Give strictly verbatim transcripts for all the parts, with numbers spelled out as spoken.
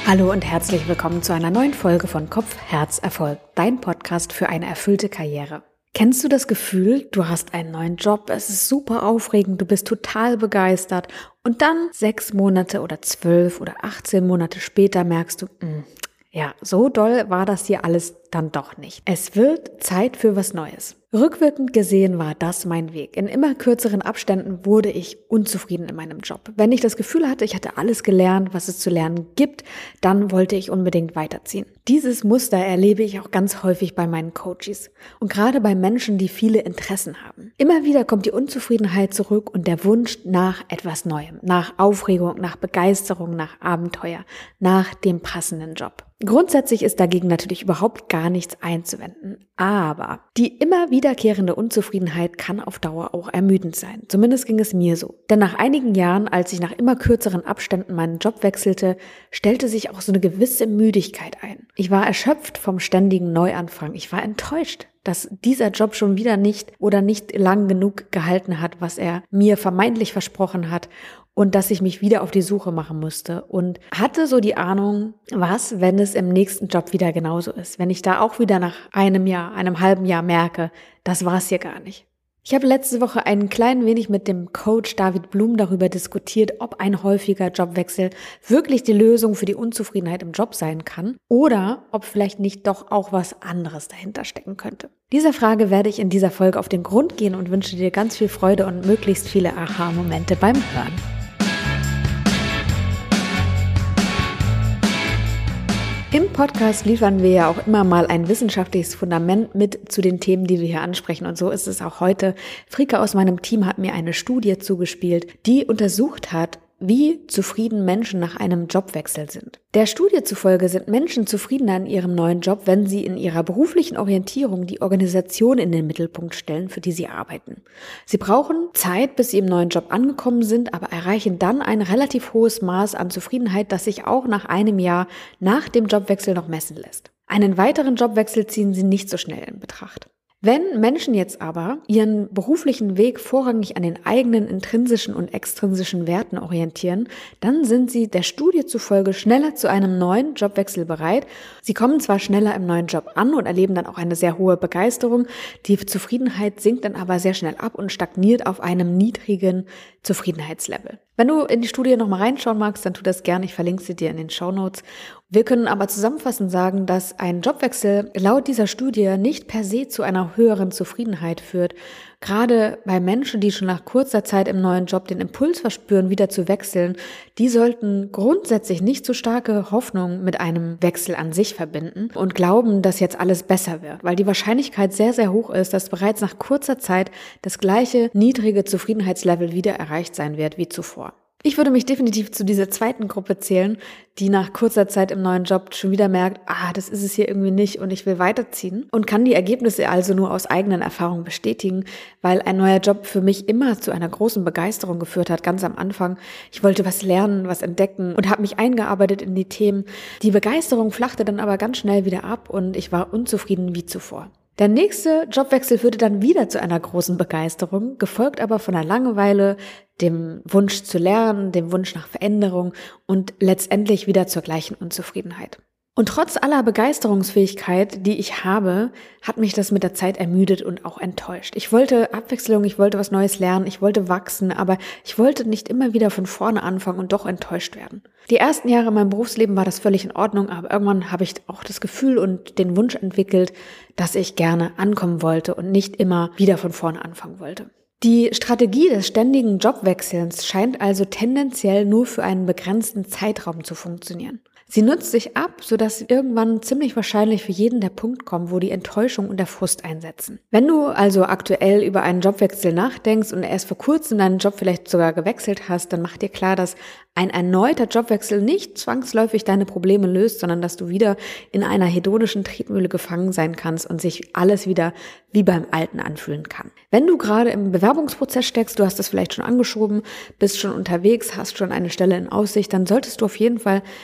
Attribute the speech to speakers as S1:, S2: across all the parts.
S1: Hallo und herzlich willkommen zu einer neuen Folge von Kopf, Herz, Erfolg, dein Podcast für eine erfüllte Karriere. Kennst du das Gefühl, du hast einen neuen Job, es ist super aufregend, du bist total begeistert und dann sechs Monate oder zwölf oder achtzehn Monate später merkst du, mh, ja, so doll war das hier alles dann doch nicht. Es wird Zeit für was Neues. Rückwirkend gesehen war das mein Weg. In immer kürzeren Abständen wurde ich unzufrieden in meinem Job. Wenn ich das Gefühl hatte, ich hatte alles gelernt, was es zu lernen gibt, dann wollte ich unbedingt weiterziehen. Dieses Muster erlebe ich auch ganz häufig bei meinen Coaches und gerade bei Menschen, die viele Interessen haben. Immer wieder kommt die Unzufriedenheit zurück und der Wunsch nach etwas Neuem, nach Aufregung, nach Begeisterung, nach Abenteuer, nach dem passenden Job. Grundsätzlich ist dagegen natürlich überhaupt gar nichts einzuwenden, aber die immer wiederkehrende Unzufriedenheit kann auf Dauer auch ermüdend sein. Zumindest ging es mir so. Denn nach einigen Jahren, als ich nach immer kürzeren Abständen meinen Job wechselte, stellte sich auch so eine gewisse Müdigkeit ein. Ich war erschöpft vom ständigen Neuanfang. Ich war enttäuscht, dass dieser Job schon wieder nicht oder nicht lang genug gehalten hat, was er mir vermeintlich versprochen hat. Und dass ich mich wieder auf die Suche machen musste und hatte so die Ahnung, was, wenn es im nächsten Job wieder genauso ist. Wenn ich da auch wieder nach einem Jahr, einem halben Jahr merke, das war es hier gar nicht. Ich habe letzte Woche ein klein wenig mit dem Coach David Blum darüber diskutiert, ob ein häufiger Jobwechsel wirklich die Lösung für die Unzufriedenheit im Job sein kann oder ob vielleicht nicht doch auch was anderes dahinter stecken könnte. Dieser Frage werde ich in dieser Folge auf den Grund gehen und wünsche dir ganz viel Freude und möglichst viele Aha-Momente beim Hören. Im Podcast liefern wir ja auch immer mal ein wissenschaftliches Fundament mit zu den Themen, die wir hier ansprechen. Und so ist es auch heute. Frika aus meinem Team hat mir eine Studie zugespielt, die untersucht hat, wie zufrieden Menschen nach einem Jobwechsel sind. Der Studie zufolge sind Menschen zufriedener in ihrem neuen Job, wenn sie in ihrer beruflichen Orientierung die Organisation in den Mittelpunkt stellen, für die sie arbeiten. Sie brauchen Zeit, bis sie im neuen Job angekommen sind, aber erreichen dann ein relativ hohes Maß an Zufriedenheit, das sich auch nach einem Jahr nach dem Jobwechsel noch messen lässt. Einen weiteren Jobwechsel ziehen sie nicht so schnell in Betracht. Wenn Menschen jetzt aber ihren beruflichen Weg vorrangig an den eigenen intrinsischen und extrinsischen Werten orientieren, dann sind sie der Studie zufolge schneller zu einem neuen Jobwechsel bereit. Sie kommen zwar schneller im neuen Job an und erleben dann auch eine sehr hohe Begeisterung, die Zufriedenheit sinkt dann aber sehr schnell ab und stagniert auf einem niedrigen Zufriedenheitslevel. Wenn du in die Studie nochmal reinschauen magst, dann tu das gerne, ich verlinke sie dir in den Shownotes. Wir können aber zusammenfassend sagen, dass ein Jobwechsel laut dieser Studie nicht per se zu einer höheren Zufriedenheit führt. Gerade bei Menschen, die schon nach kurzer Zeit im neuen Job den Impuls verspüren, wieder zu wechseln, die sollten grundsätzlich nicht so starke Hoffnung mit einem Wechsel an sich verbinden und glauben, dass jetzt alles besser wird, weil die Wahrscheinlichkeit sehr, sehr hoch ist, dass bereits nach kurzer Zeit das gleiche niedrige Zufriedenheitslevel wieder erreicht sein wird wie zuvor. Ich würde mich definitiv zu dieser zweiten Gruppe zählen, die nach kurzer Zeit im neuen Job schon wieder merkt, ah, das ist es hier irgendwie nicht und ich will weiterziehen und kann die Ergebnisse also nur aus eigenen Erfahrungen bestätigen, weil ein neuer Job für mich immer zu einer großen Begeisterung geführt hat, ganz am Anfang. Ich wollte was lernen, was entdecken und habe mich eingearbeitet in die Themen. Die Begeisterung flachte dann aber ganz schnell wieder ab und ich war unzufrieden wie zuvor. Der nächste Jobwechsel führte dann wieder zu einer großen Begeisterung, gefolgt aber von einer Langeweile, dem Wunsch zu lernen, dem Wunsch nach Veränderung und letztendlich wieder zur gleichen Unzufriedenheit. Und trotz aller Begeisterungsfähigkeit, die ich habe, hat mich das mit der Zeit ermüdet und auch enttäuscht. Ich wollte Abwechslung, ich wollte was Neues lernen, ich wollte wachsen, aber ich wollte nicht immer wieder von vorne anfangen und doch enttäuscht werden. Die ersten Jahre in meinem Berufsleben war das völlig in Ordnung, aber irgendwann habe ich auch das Gefühl und den Wunsch entwickelt, dass ich gerne ankommen wollte und nicht immer wieder von vorne anfangen wollte. Die Strategie des ständigen Jobwechselns scheint also tendenziell nur für einen begrenzten Zeitraum zu funktionieren. Sie nutzt sich ab, sodass irgendwann ziemlich wahrscheinlich für jeden der Punkt kommt, wo die Enttäuschung und der Frust einsetzen. Wenn du also aktuell über einen Jobwechsel nachdenkst und erst vor kurzem deinen Job vielleicht sogar gewechselt hast, dann mach dir klar, dass ein erneuter Jobwechsel nicht zwangsläufig deine Probleme löst, sondern dass du wieder in einer hedonischen Tretmühle gefangen sein kannst und sich alles wieder wie beim Alten anfühlen kann. Wenn du gerade im Bewerbungsprozess steckst, du hast das vielleicht schon angeschoben, bist schon unterwegs, hast schon eine Stelle in Aussicht, dann solltest du auf jeden Fall deine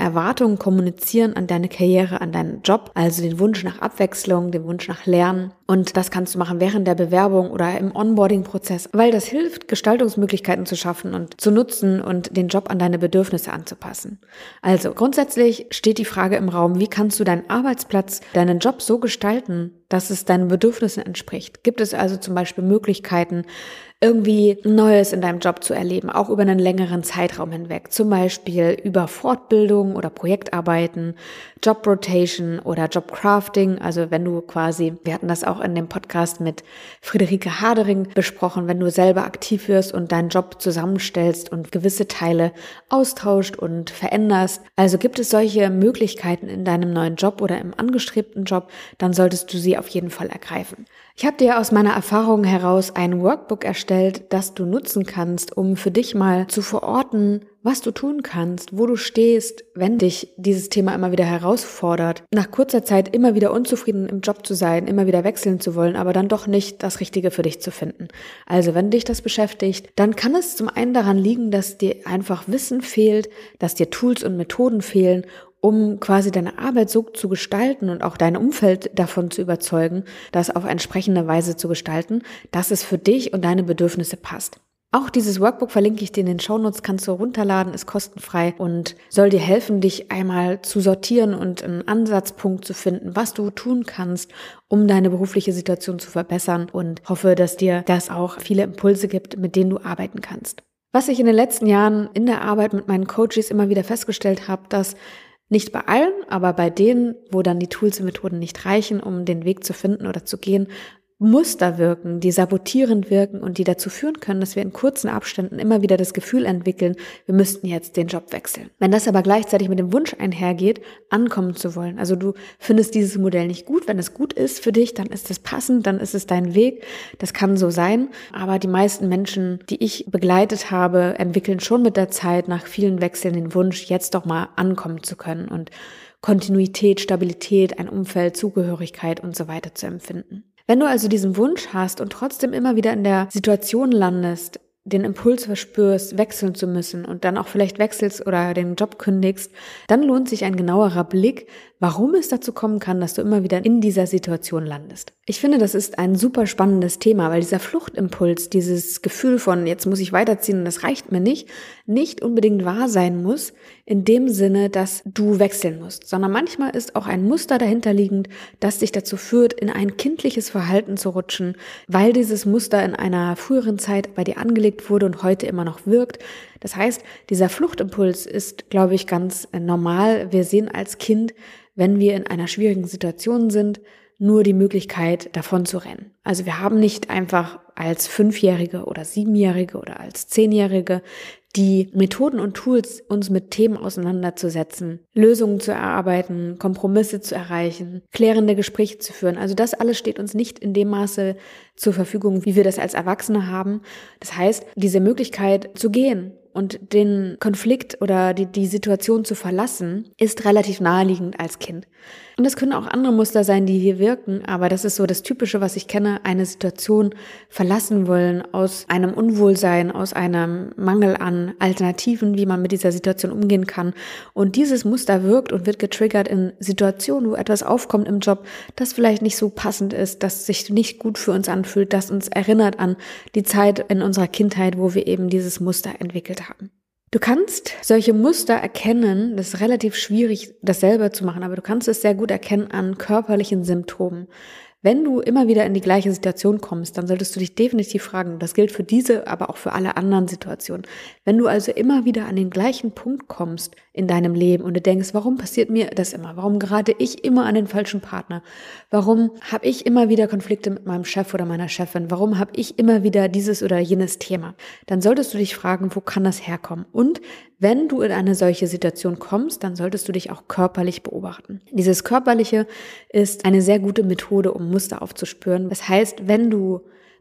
S1: Erwartungen kommunizieren an deine Karriere, an deinen Job, also den Wunsch nach Abwechslung, den Wunsch nach Lernen. Und das kannst du machen während der Bewerbung oder im Onboarding-Prozess, weil das hilft, Gestaltungsmöglichkeiten zu schaffen und zu nutzen und den Job an deine Bedürfnisse anzupassen. Also grundsätzlich steht die Frage im Raum, wie kannst du deinen Arbeitsplatz, deinen Job so gestalten, dass es deinen Bedürfnissen entspricht? Gibt es also zum Beispiel Möglichkeiten, irgendwie Neues in deinem Job zu erleben, auch über einen längeren Zeitraum hinweg, zum Beispiel über Fortbildung oder Projektarbeiten, Job Rotation oder Job Crafting, also wenn du quasi, wir hatten das auch in dem Podcast mit Friederike Hadering besprochen, wenn du selber aktiv wirst und deinen Job zusammenstellst und gewisse Teile austauscht und veränderst. Also gibt es solche Möglichkeiten in deinem neuen Job oder im angestrebten Job, dann solltest du sie auf jeden Fall ergreifen. Ich habe dir aus meiner Erfahrung heraus ein Workbook erstellt, das du nutzen kannst, um für dich mal zu verorten, was du tun kannst, wo du stehst, wenn dich dieses Thema immer wieder herausfordert, nach kurzer Zeit immer wieder unzufrieden im Job zu sein, immer wieder wechseln zu wollen, aber dann doch nicht das Richtige für dich zu finden. Also wenn dich das beschäftigt, dann kann es zum einen daran liegen, dass dir einfach Wissen fehlt, dass dir Tools und Methoden fehlen, um quasi deine Arbeit so zu gestalten und auch dein Umfeld davon zu überzeugen, das auf entsprechende Weise zu gestalten, dass es für dich und deine Bedürfnisse passt. Auch dieses Workbook verlinke ich dir in den Shownotes, kannst du runterladen, ist kostenfrei und soll dir helfen, dich einmal zu sortieren und einen Ansatzpunkt zu finden, was du tun kannst, um deine berufliche Situation zu verbessern, und hoffe, dass dir das auch viele Impulse gibt, mit denen du arbeiten kannst. Was ich in den letzten Jahren in der Arbeit mit meinen Coaches immer wieder festgestellt habe, dass nicht bei allen, aber bei denen, wo dann die Tools und Methoden nicht reichen, um den Weg zu finden oder zu gehen, Muster wirken, die sabotierend wirken und die dazu führen können, dass wir in kurzen Abständen immer wieder das Gefühl entwickeln, wir müssten jetzt den Job wechseln. Wenn das aber gleichzeitig mit dem Wunsch einhergeht, ankommen zu wollen, also du findest dieses Modell nicht gut, wenn es gut ist für dich, dann ist es passend, dann ist es dein Weg, das kann so sein, aber die meisten Menschen, die ich begleitet habe, entwickeln schon mit der Zeit nach vielen Wechseln den Wunsch, jetzt doch mal ankommen zu können und Kontinuität, Stabilität, ein Umfeld, Zugehörigkeit und so weiter zu empfinden. Wenn du also diesen Wunsch hast und trotzdem immer wieder in der Situation landest, den Impuls verspürst, wechseln zu müssen und dann auch vielleicht wechselst oder den Job kündigst, dann lohnt sich ein genauerer Blick, warum es dazu kommen kann, dass du immer wieder in dieser Situation landest. Ich finde, das ist ein super spannendes Thema, weil dieser Fluchtimpuls, dieses Gefühl von jetzt muss ich weiterziehen und das reicht mir nicht, nicht unbedingt wahr sein muss, in dem Sinne, dass du wechseln musst, sondern manchmal ist auch ein Muster dahinterliegend, das dich dazu führt, in ein kindliches Verhalten zu rutschen, weil dieses Muster in einer früheren Zeit bei dir angelegt wurde und heute immer noch wirkt. Das heißt, dieser Fluchtimpuls ist, glaube ich, ganz normal. Wir sehen als Kind, wenn wir in einer schwierigen Situation sind, nur die Möglichkeit, davon zu rennen. Also wir haben nicht einfach als Fünfjährige oder Siebenjährige oder als Zehnjährige die Methoden und Tools, uns mit Themen auseinanderzusetzen, Lösungen zu erarbeiten, Kompromisse zu erreichen, klärende Gespräche zu führen. Also das alles steht uns nicht in dem Maße zur Verfügung, wie wir das als Erwachsene haben. Das heißt, diese Möglichkeit zu gehen und den Konflikt oder die, die Situation zu verlassen, ist relativ naheliegend als Kind. Und es können auch andere Muster sein, die hier wirken, aber das ist so das Typische, was ich kenne, eine Situation verlassen wollen aus einem Unwohlsein, aus einem Mangel an Alternativen, wie man mit dieser Situation umgehen kann. Und dieses Muster wirkt und wird getriggert in Situationen, wo etwas aufkommt im Job, das vielleicht nicht so passend ist, das sich nicht gut für uns anfühlt, das uns erinnert an die Zeit in unserer Kindheit, wo wir eben dieses Muster entwickelt haben. Du kannst solche Muster erkennen, das ist relativ schwierig, das selber zu machen, aber du kannst es sehr gut erkennen an körperlichen Symptomen. Wenn du immer wieder in die gleiche Situation kommst, dann solltest du dich definitiv fragen, das gilt für diese, aber auch für alle anderen Situationen. Wenn du also immer wieder an den gleichen Punkt kommst in deinem Leben und du denkst, warum passiert mir das immer? Warum gerate ich immer an den falschen Partner? Warum habe ich immer wieder Konflikte mit meinem Chef oder meiner Chefin? Warum habe ich immer wieder dieses oder jenes Thema? Dann solltest du dich fragen, wo kann das herkommen? Und wenn du in eine solche Situation kommst, dann solltest du dich auch körperlich beobachten. Dieses Körperliche ist eine sehr gute Methode, um Muster aufzuspüren. Das heißt, wenn du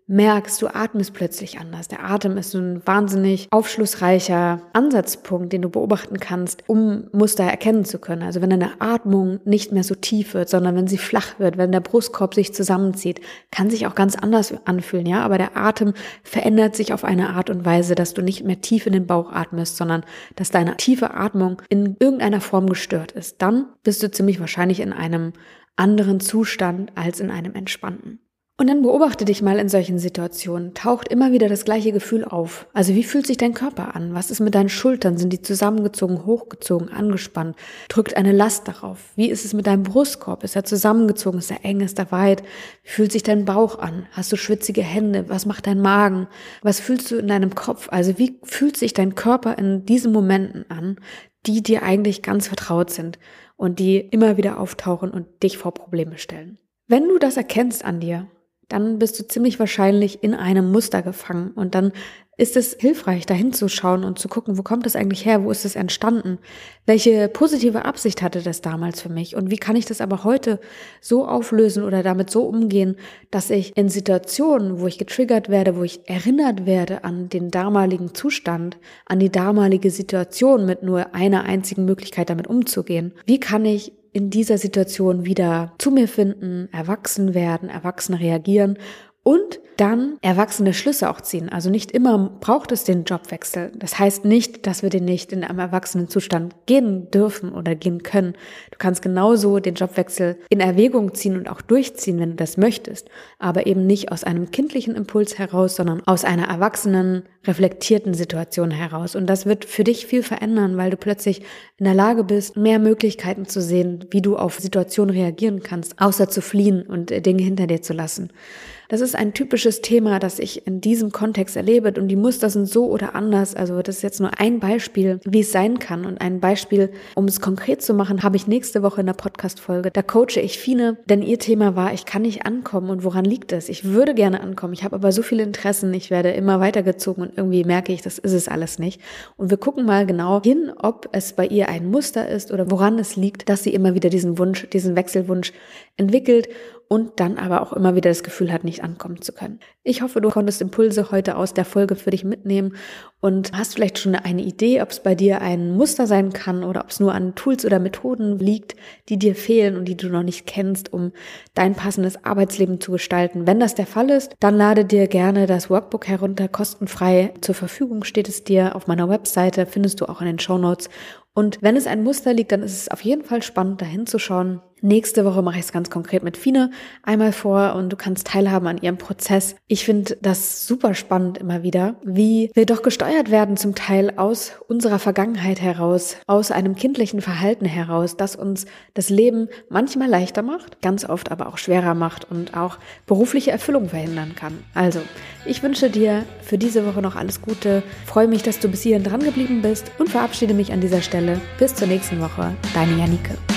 S1: merkst, du atmest plötzlich anders. Der Atem ist so ein wahnsinnig aufschlussreicher Ansatzpunkt, den du beobachten kannst, um Muster erkennen zu können. Also wenn deine Atmung nicht mehr so tief wird, sondern wenn sie flach wird, wenn der Brustkorb sich zusammenzieht, kann sich auch ganz anders anfühlen, ja. Aber der Atem verändert sich auf eine Art und Weise, dass du nicht mehr tief in den Bauch atmest, sondern dass deine tiefe Atmung in irgendeiner Form gestört ist. Dann bist du ziemlich wahrscheinlich in einem anderen Zustand als in einem entspannten. Und dann beobachte dich mal in solchen Situationen. Taucht immer wieder das gleiche Gefühl auf. Also wie fühlt sich dein Körper an? Was ist mit deinen Schultern? Sind die zusammengezogen, hochgezogen, angespannt? Drückt eine Last darauf? Wie ist es mit deinem Brustkorb? Ist er zusammengezogen? Ist er eng? Ist er weit? Wie fühlt sich dein Bauch an? Hast du schwitzige Hände? Was macht dein Magen? Was fühlst du in deinem Kopf? Also wie fühlt sich dein Körper in diesen Momenten an, die dir eigentlich ganz vertraut sind und die immer wieder auftauchen und dich vor Probleme stellen? Wenn du das erkennst an dir, dann bist du ziemlich wahrscheinlich in einem Muster gefangen und dann ist es hilfreich, dahin zu schauen und zu gucken, wo kommt das eigentlich her, wo ist es entstanden, welche positive Absicht hatte das damals für mich und wie kann ich das aber heute so auflösen oder damit so umgehen, dass ich in Situationen, wo ich getriggert werde, wo ich erinnert werde an den damaligen Zustand, an die damalige Situation mit nur einer einzigen Möglichkeit damit umzugehen, wie kann ich in dieser Situation wieder zu mir finden, erwachsen werden, erwachsen reagieren und dann erwachsene Schlüsse auch ziehen. Also nicht immer braucht es den Jobwechsel. Das heißt nicht, dass wir den nicht in einem erwachsenen Zustand gehen dürfen oder gehen können. Du kannst genauso den Jobwechsel in Erwägung ziehen und auch durchziehen, wenn du das möchtest. Aber eben nicht aus einem kindlichen Impuls heraus, sondern aus einer erwachsenen, reflektierten Situation heraus. Und das wird für dich viel verändern, weil du plötzlich in der Lage bist, mehr Möglichkeiten zu sehen, wie du auf Situationen reagieren kannst, außer zu fliehen und Dinge hinter dir zu lassen. Das ist ein typisches Thema, das ich in diesem Kontext erlebe und die Muster sind so oder anders. Also das ist jetzt nur ein Beispiel, wie es sein kann und ein Beispiel, um es konkret zu machen, habe ich nächste Woche in der Podcast-Folge. Da coache ich Fine, denn ihr Thema war, ich kann nicht ankommen und woran liegt es? Ich würde gerne ankommen, ich habe aber so viele Interessen, ich werde immer weitergezogen und irgendwie merke ich, das ist es alles nicht. Und wir gucken mal genau hin, ob es bei ihr ein Muster ist oder woran es liegt, dass sie immer wieder diesen Wunsch, diesen Wechselwunsch entwickelt und dann aber auch immer wieder das Gefühl hat, nicht ankommen zu können. Ich hoffe, du konntest Impulse heute aus der Folge für dich mitnehmen und hast vielleicht schon eine Idee, ob es bei dir ein Muster sein kann oder ob es nur an Tools oder Methoden liegt, die dir fehlen und die du noch nicht kennst, um dein passendes Arbeitsleben zu gestalten. Wenn das der Fall ist, dann lade dir gerne das Workbook herunter, kostenfrei zur Verfügung steht es dir auf meiner Webseite, findest du auch in den Shownotes. Und wenn es ein Muster liegt, dann ist es auf jeden Fall spannend, da hinzuschauen. Nächste Woche mache ich es ganz konkret mit Fine einmal vor und du kannst teilhaben an ihrem Prozess. Ich finde das super spannend immer wieder, wie wir doch gesteuert werden zum Teil aus unserer Vergangenheit heraus, aus einem kindlichen Verhalten heraus, das uns das Leben manchmal leichter macht, ganz oft aber auch schwerer macht und auch berufliche Erfüllung verhindern kann. Also, ich wünsche dir für diese Woche noch alles Gute, freue mich, dass du bis hierhin dran geblieben bist und verabschiede mich an dieser Stelle. Bis zur nächsten Woche, deine Janike.